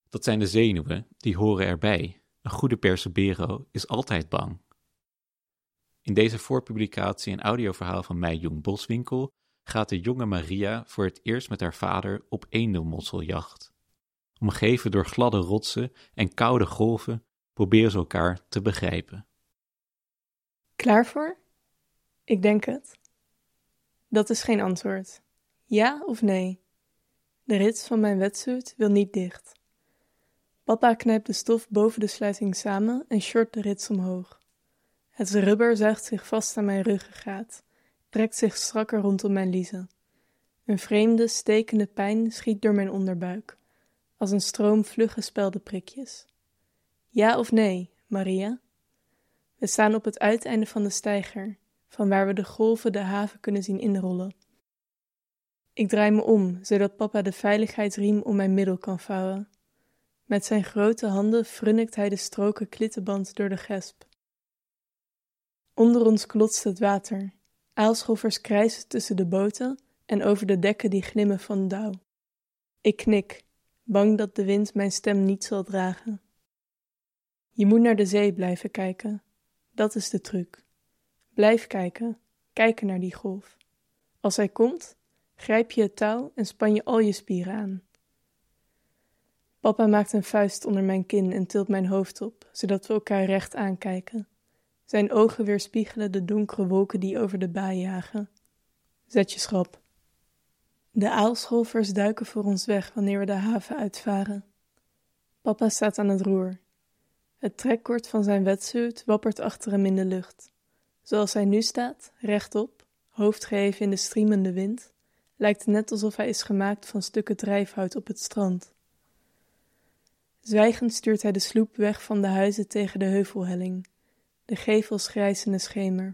Dat zijn de zenuwen, die horen erbij. Een goede Persebero is altijd bang. In deze voorpublicatie en audioverhaal van mij, Jong Boswinkel, gaat de jonge Maria voor het eerst met haar vader op eendenmosseljacht. Omgeven door gladde rotsen en koude golven proberen ze elkaar te begrijpen. Klaar voor? Ik denk het. Dat is geen antwoord. Ja of nee? De rits van mijn wetsuit wil niet dicht. Papa knijpt de stof boven de sluiting samen en short de rits omhoog. Het rubber zuigt zich vast aan mijn ruggengraat, trekt zich strakker rondom mijn liezen. Een vreemde, stekende pijn schiet door mijn onderbuik, als een stroom vlugge speldenprikjes. Ja of nee, Maria? We staan op het uiteinde van de steiger, van waar we de golven de haven kunnen zien inrollen. Ik draai me om, zodat papa de veiligheidsriem om mijn middel kan vouwen. Met zijn grote handen frunnikt hij de stroken klittenband door de gesp. Onder ons klotst het water. Aalschoffers krijsen tussen de boten en over de dekken die glimmen van dauw. Ik knik, bang dat de wind mijn stem niet zal dragen. Je moet naar de zee blijven kijken. Dat is de truc. Blijf kijken, kijken naar die golf. Als hij komt, grijp je het touw en span je al je spieren aan. Papa maakt een vuist onder mijn kin en tilt mijn hoofd op, zodat we elkaar recht aankijken. Zijn ogen weerspiegelen de donkere wolken die over de baai jagen. Zet je schrap. De aalscholvers duiken voor ons weg wanneer we de haven uitvaren. Papa staat aan het roer. Het trekkoord van zijn wetsuit wappert achter hem in de lucht. Zoals hij nu staat, rechtop, hoofd geheven in de striemende wind, lijkt het net alsof hij is gemaakt van stukken drijfhout op het strand. Zwijgend stuurt hij de sloep weg van de huizen tegen de heuvelhelling. De gevels grijs in de schemer.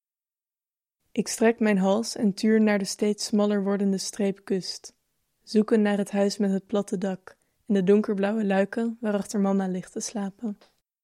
Ik strek mijn hals en tuur naar de steeds smaller wordende streep kust, zoeken naar het huis met het platte dak en de donkerblauwe luiken waarachter mama ligt te slapen.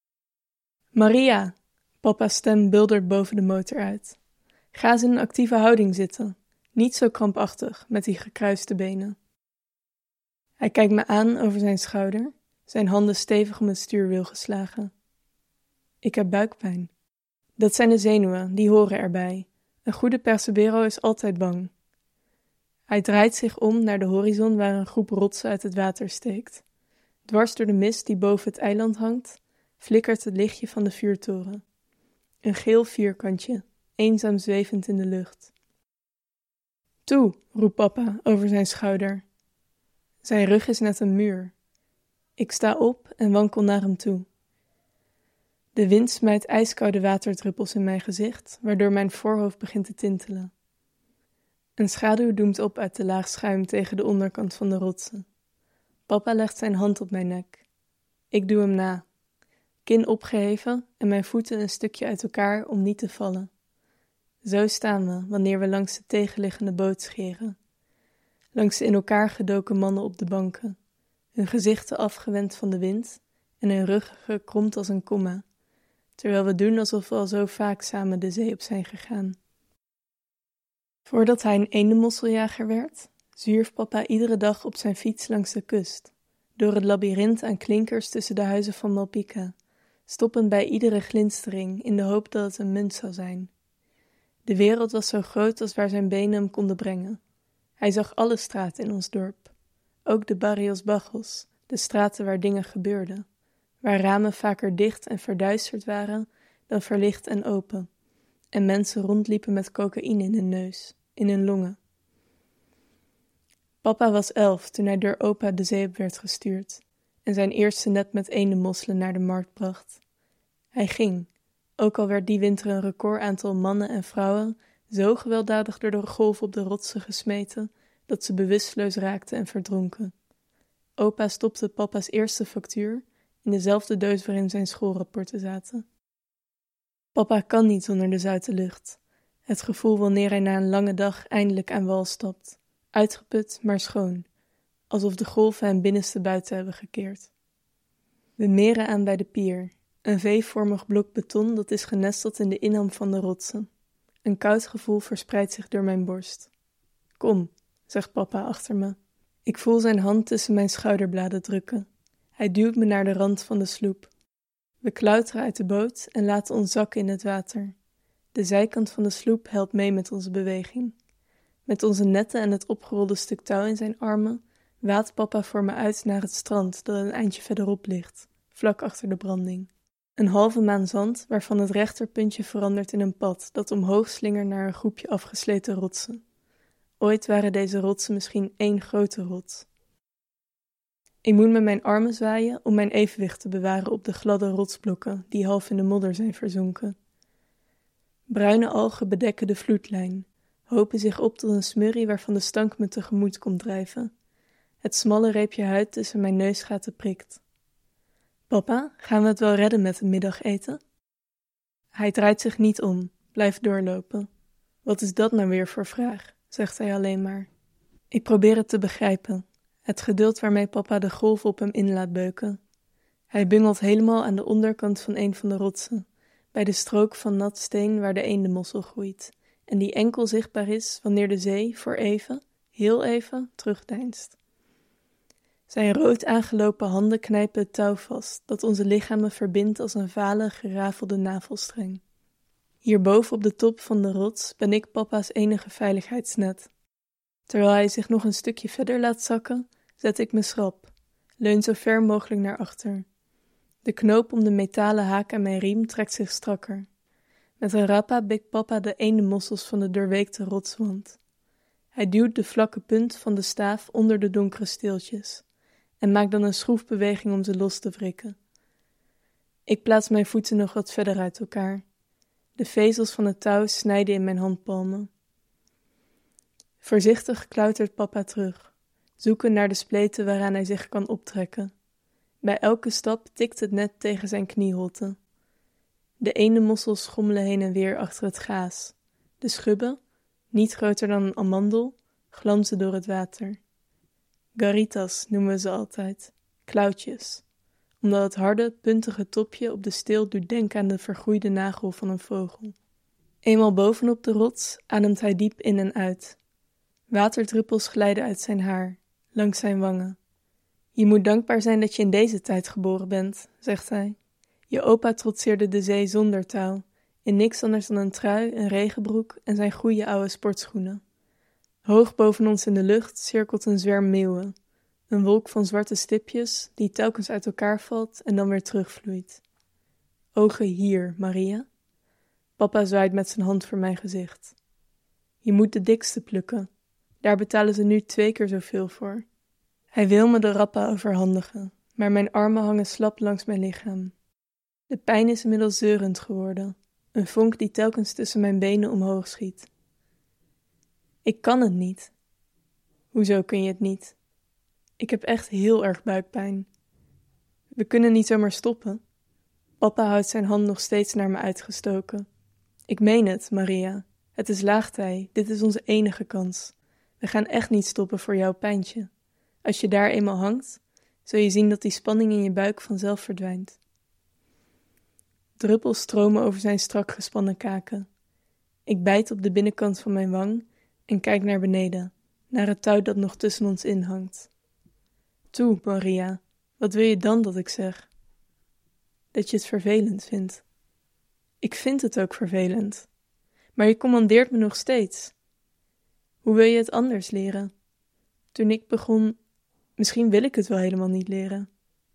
Maria! Papa's stem buldert boven de motor uit. Ga eens in een actieve houding zitten. Niet zo krampachtig, met die gekruiste benen. Hij kijkt me aan over zijn schouder, zijn handen stevig om het stuurwiel geslagen. Ik heb buikpijn. Dat zijn de zenuwen, die horen erbij. Een goede Persebero is altijd bang. Hij draait zich om naar de horizon waar een groep rotsen uit het water steekt. Dwars door de mist die boven het eiland hangt, flikkert het lichtje van de vuurtoren. Een geel vierkantje, eenzaam zwevend in de lucht. Toe, roept papa over zijn schouder. Zijn rug is net een muur. Ik sta op en wankel naar hem toe. De wind smijt ijskoude waterdruppels in mijn gezicht, waardoor mijn voorhoofd begint te tintelen. Een schaduw doemt op uit de laag schuim tegen de onderkant van de rotsen. Papa legt zijn hand op mijn nek. Ik doe hem na. Kin opgeheven en mijn voeten een stukje uit elkaar om niet te vallen. Zo staan we wanneer we langs de tegenliggende boot scheren. Langs de in elkaar gedoken mannen op de banken, hun gezichten afgewend van de wind en hun ruggen gekromd als een komma, terwijl we doen alsof we al zo vaak samen de zee op zijn gegaan. Voordat hij een eendenmosseljager werd, zwierf papa iedere dag op zijn fiets langs de kust, door het labyrint aan klinkers tussen de huizen van Malpica, stoppend bij iedere glinstering in de hoop dat het een munt zou zijn. De wereld was zo groot als waar zijn benen hem konden brengen. Hij zag alle straten in ons dorp, ook de Barrios Bajos, de straten waar dingen gebeurden, waar ramen vaker dicht en verduisterd waren dan verlicht en open, en mensen rondliepen met cocaïne in hun neus, in hun longen. Papa was 11 toen hij door opa de zee op werd gestuurd en zijn eerste net met eendenmosselen naar de markt bracht. Hij ging, ook al werd die winter een record aantal mannen en vrouwen zo gewelddadig door de golf op de rotsen gesmeten dat ze bewusteloos raakten en verdronken. Opa stopte papa's eerste factuur in dezelfde doos waarin zijn schoolrapporten zaten. Papa kan niet zonder de zoute lucht. Het gevoel wanneer hij na een lange dag eindelijk aan wal stapt. Uitgeput, maar schoon. Alsof de golven hem binnenste buiten hebben gekeerd. We meren aan bij de pier. Een V-vormig blok beton dat is genesteld in de inham van de rotsen. Een koud gevoel verspreidt zich door mijn borst. Kom, zegt papa achter me. Ik voel zijn hand tussen mijn schouderbladen drukken. Hij duwt me naar de rand van de sloep. We klauteren uit de boot en laten ons zakken in het water. De zijkant van de sloep helpt mee met onze beweging. Met onze netten en het opgerolde stuk touw in zijn armen waadt papa voor me uit naar het strand dat een eindje verderop ligt, vlak achter de branding. Een halve maan zand waarvan het rechterpuntje verandert in een pad dat omhoog slingert naar een groepje afgesleten rotsen. Ooit waren deze rotsen misschien één grote rots. Ik moet met mijn armen zwaaien om mijn evenwicht te bewaren op de gladde rotsblokken die half in de modder zijn verzonken. Bruine algen bedekken de vloedlijn, hopen zich op tot een smurrie waarvan de stank me tegemoet komt drijven. Het smalle reepje huid tussen mijn neusgaten prikt. Papa, gaan we het wel redden met het middageten? Hij draait zich niet om, blijft doorlopen. Wat is dat nou weer voor vraag, zegt hij alleen maar. Ik probeer het te begrijpen, het geduld waarmee papa de golf op hem in laat beuken. Hij bungelt helemaal aan de onderkant van een van de rotsen, bij de strook van nat steen waar de eendenmossel groeit, en die enkel zichtbaar is wanneer de zee voor even, heel even, terugdeinst. Zijn rood aangelopen handen knijpen het touw vast, dat onze lichamen verbindt als een vale, gerafelde navelstreng. Hierboven op de top van de rots ben ik papa's enige veiligheidsnet. Terwijl hij zich nog een stukje verder laat zakken, zet ik me schrap, leun zo ver mogelijk naar achter. De knoop om de metalen haak aan mijn riem trekt zich strakker. Met een rappa bikt papa de eendenmossels van de doorweekte rotswand. Hij duwt de vlakke punt van de staaf onder de donkere steeltjes en maakt dan een schroefbeweging om ze los te wrikken. Ik plaats mijn voeten nog wat verder uit elkaar. De vezels van het touw snijden in mijn handpalmen. Voorzichtig klautert papa terug, zoekend naar de spleten waaraan hij zich kan optrekken. Bij elke stap tikt het net tegen zijn knieholte. De eendenmossels schommelen heen en weer achter het gaas. De schubben, niet groter dan een amandel, glanzen door het water. Garritas noemen we ze altijd, klauwtjes, omdat het harde, puntige topje op de steel doet denken aan de vergroeide nagel van een vogel. Eenmaal bovenop de rots ademt hij diep in en uit. Waterdruppels glijden uit zijn haar, langs zijn wangen. Je moet dankbaar zijn dat je in deze tijd geboren bent, zegt hij. Je opa trotseerde de zee zonder touw, in niks anders dan een trui, een regenbroek en zijn goede oude sportschoenen. Hoog boven ons in de lucht cirkelt een zwerm meeuwen, een wolk van zwarte stipjes die telkens uit elkaar valt en dan weer terugvloeit. Ogen hier, Maria. Papa zwaait met zijn hand voor mijn gezicht. Je moet de dikste plukken, daar betalen ze nu 2 keer zoveel voor. Hij wil me de rappa overhandigen, maar mijn armen hangen slap langs mijn lichaam. De pijn is inmiddels zeurend geworden, een vonk die telkens tussen mijn benen omhoog schiet. Ik kan het niet. Hoezo kun je het niet? Ik heb echt heel erg buikpijn. We kunnen niet zomaar stoppen. Papa houdt zijn hand nog steeds naar me uitgestoken. Ik meen het, Maria. Het is laagtij, dit is onze enige kans. We gaan echt niet stoppen voor jouw pijntje. Als je daar eenmaal hangt, zul je zien dat die spanning in je buik vanzelf verdwijnt. Druppels stromen over zijn strak gespannen kaken. Ik bijt op de binnenkant van mijn wang en kijk naar beneden, naar het touw dat nog tussen ons in hangt. Toe, Maria, wat wil je dan dat ik zeg? Dat je het vervelend vindt. Ik vind het ook vervelend. Maar je commandeert me nog steeds. Hoe wil je het anders leren? Toen ik begon, misschien wil ik het wel helemaal niet leren.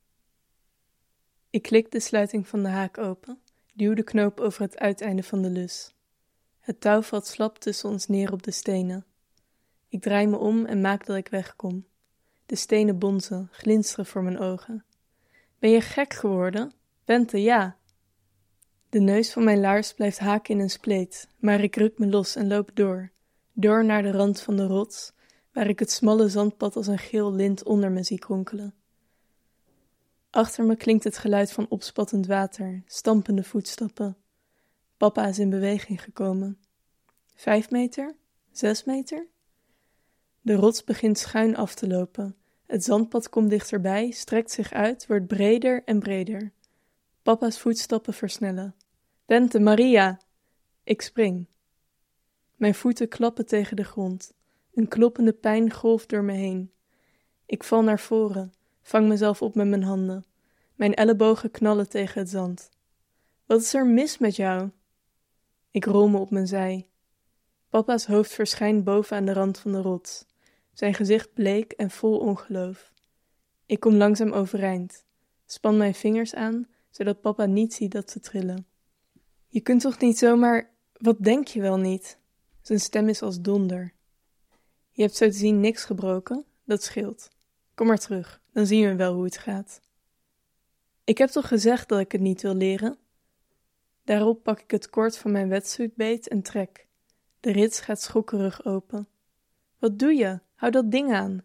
Ik klik de sluiting van de haak open, duw de knoop over het uiteinde van de lus. Het touw valt slap tussen ons neer op de stenen. Ik draai me om en maak dat ik wegkom. De stenen bonzen, glinsteren voor mijn ogen. Ben je gek geworden? Bente, ja. De neus van mijn laars blijft haken in een spleet, maar ik ruk me los en loop door naar de rand van de rots, waar ik het smalle zandpad als een geel lint onder me zie kronkelen. Achter me klinkt het geluid van opspattend water, stampende voetstappen. Papa is in beweging gekomen. 5 meter? 6 meter? De rots begint schuin af te lopen. Het zandpad komt dichterbij, strekt zich uit, wordt breder en breder. Papa's voetstappen versnellen. Bente, Maria! Ik spring. Mijn voeten klappen tegen de grond. Een kloppende pijn golft door me heen. Ik val naar voren, Vang mezelf op met mijn handen. Mijn ellebogen knallen tegen het zand. Wat is er mis met jou? Ik rol me op mijn zij. Papa's hoofd verschijnt boven aan de rand van de rots. Zijn gezicht bleek en vol ongeloof. Ik kom langzaam overeind. Span mijn vingers aan, zodat papa niet ziet dat ze trillen. Je kunt toch niet zomaar... Wat denk je wel niet? Zijn stem is als donder. Je hebt zo te zien niks gebroken, dat scheelt. Kom maar terug, dan zien we wel hoe het gaat. Ik heb toch gezegd dat ik het niet wil leren? Daarop pak ik het koord van mijn wetsuit beet en trek. De rits gaat schokkerig open. Wat doe je? Hou dat ding aan.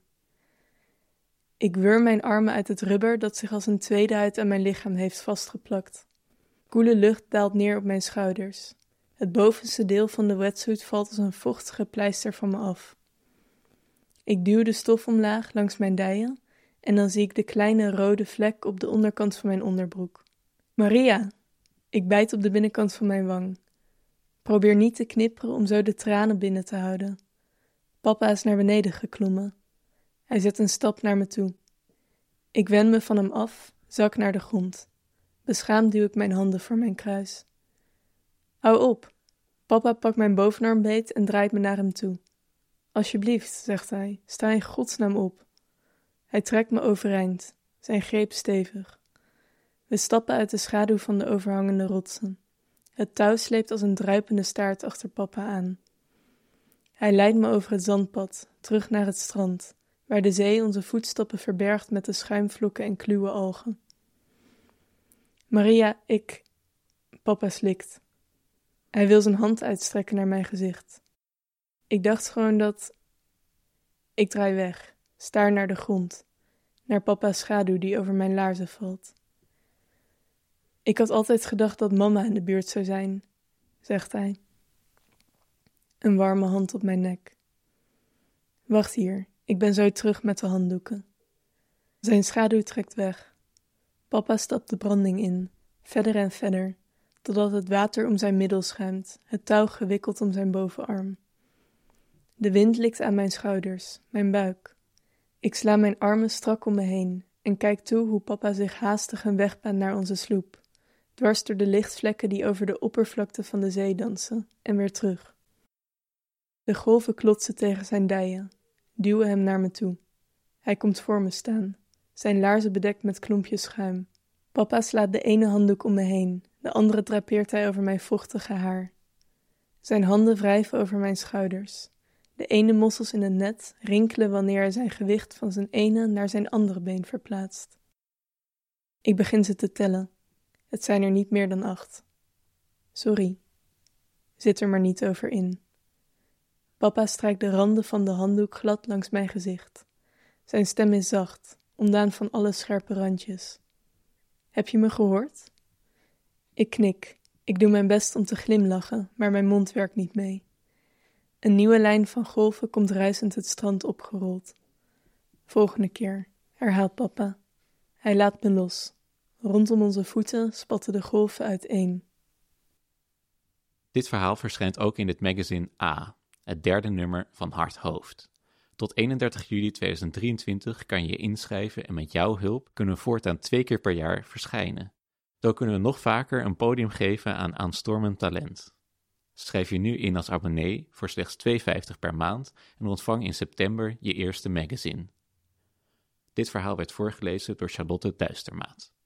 Ik wurm mijn armen uit het rubber dat zich als een tweede huid aan mijn lichaam heeft vastgeplakt. Koele lucht daalt neer op mijn schouders. Het bovenste deel van de wetsuit valt als een vochtige pleister van me af. Ik duw de stof omlaag langs mijn dijen en dan zie ik de kleine rode vlek op de onderkant van mijn onderbroek. Maria! Ik bijt op de binnenkant van mijn wang. Probeer niet te knipperen om zo de tranen binnen te houden. Papa is naar beneden geklommen. Hij zet een stap naar me toe. Ik wend me van hem af, zak naar de grond. Beschaamd duw ik mijn handen voor mijn kruis. Hou op. Papa pakt mijn bovenarm beet en draait me naar hem toe. Alsjeblieft, zegt hij, sta in godsnaam op. Hij trekt me overeind, zijn greep stevig. We stappen uit de schaduw van de overhangende rotsen. Het touw sleept als een druipende staart achter papa aan. Hij leidt me over het zandpad, terug naar het strand, waar de zee onze voetstappen verbergt met de schuimvlokken en kluwe algen. Maria, Papa slikt. Hij wil zijn hand uitstrekken naar mijn gezicht. Ik dacht gewoon dat... Ik draai weg, staar naar de grond, naar papa's schaduw die over mijn laarzen valt. Ik had altijd gedacht dat mama in de buurt zou zijn, zegt hij. Een warme hand op mijn nek. Wacht hier, ik ben zo terug met de handdoeken. Zijn schaduw trekt weg. Papa stapt de branding in, verder en verder, totdat het water om zijn middel schuimt, het touw gewikkeld om zijn bovenarm. De wind likt aan mijn schouders, mijn buik. Ik sla mijn armen strak om me heen en kijk toe hoe papa zich haastig een weg baant naar onze sloep, dwars door de lichtvlekken die over de oppervlakte van de zee dansen, en weer terug. De golven klotsen tegen zijn dijen, duwen hem naar me toe. Hij komt voor me staan, zijn laarzen bedekt met klompjes schuim. Papa slaat de ene handdoek om me heen, de andere drapeert hij over mijn vochtige haar. Zijn handen wrijven over mijn schouders. De ene mossels in het net rinkelen wanneer hij zijn gewicht van zijn ene naar zijn andere been verplaatst. Ik begin ze te tellen. Het zijn er niet meer dan 8. Sorry. Zit er maar niet over in. Papa strijkt de randen van de handdoek glad langs mijn gezicht. Zijn stem is zacht, ontdaan van alle scherpe randjes. Heb je me gehoord? Ik knik. Ik doe mijn best om te glimlachen, maar mijn mond werkt niet mee. Een nieuwe lijn van golven komt ruisend het strand opgerold. Volgende keer, herhaalt papa. Hij laat me los. Rondom onze voeten spatten de golven uiteen. Dit verhaal verschijnt ook in het magazine A, het 3e nummer van Hart Hoofd. Tot 31 juli 2023 kan je je inschrijven en met jouw hulp kunnen we voortaan 2 keer per jaar verschijnen. Zo kunnen we nog vaker een podium geven aan aanstormend talent. Schrijf je nu in als abonnee voor slechts €2,50 per maand en ontvang in september je eerste magazine. Dit verhaal werd voorgelezen door Charlotte Duistermaat.